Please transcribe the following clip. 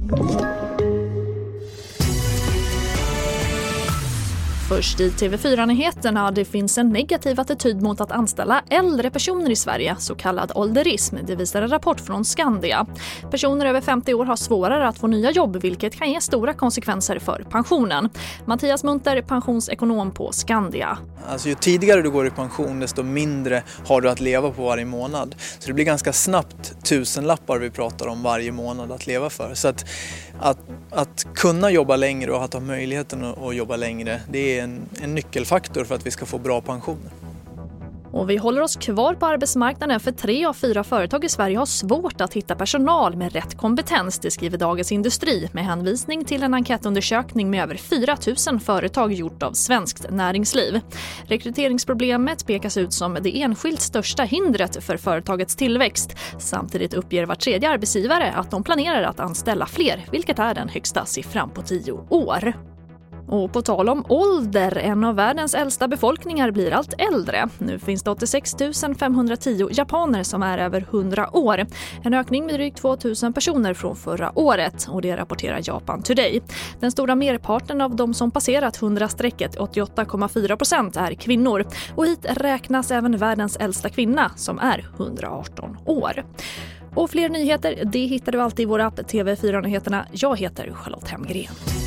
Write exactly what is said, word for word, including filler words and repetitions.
Först i T V fyra-nyheterna, det finns en negativ attityd mot att anställa äldre personer i Sverige, så kallad ålderism. Det visar en rapport från Skandia. Personer över femtio år har svårare att få nya jobb, vilket kan ge stora konsekvenser för pensionen. Mattias Munter, pensionsekonom på Skandia. Alltså ju tidigare du går i pension, desto mindre har du att leva på varje månad. Så det blir ganska snabbt tusenlappar vi pratar om varje månad att leva för. Så att, att, att kunna jobba längre och att ha möjligheten att jobba längre, det är en, en nyckelfaktor för att vi ska få bra pensioner. Och vi håller oss kvar på arbetsmarknaden, för tre av fyra företag i Sverige har svårt att hitta personal med rätt kompetens, det skriver Dagens Industri med hänvisning till en enkätundersökning med över fyra tusen företag gjort av Svenskt Näringsliv. Rekryteringsproblemet pekas ut som det enskilt största hindret för företagets tillväxt. Samtidigt uppger var tredje arbetsgivare att de planerar att anställa fler, vilket är den högsta siffran på tio år. Och på tal om ålder, en av världens äldsta befolkningar blir allt äldre. Nu finns det åttiosex tusen femhundratio japaner som är över hundra år. En ökning med drygt två tusen personer från förra året, och det rapporterar Japan Today. Den stora merparten av de som passerat hundra-strecket, åttioåtta komma fyra procent, är kvinnor. Och hit räknas även världens äldsta kvinna som är hundraarton år. Och fler nyheter, det hittar du alltid i vår app T V fyra-nyheterna. Jag heter Charlotte Hemgren.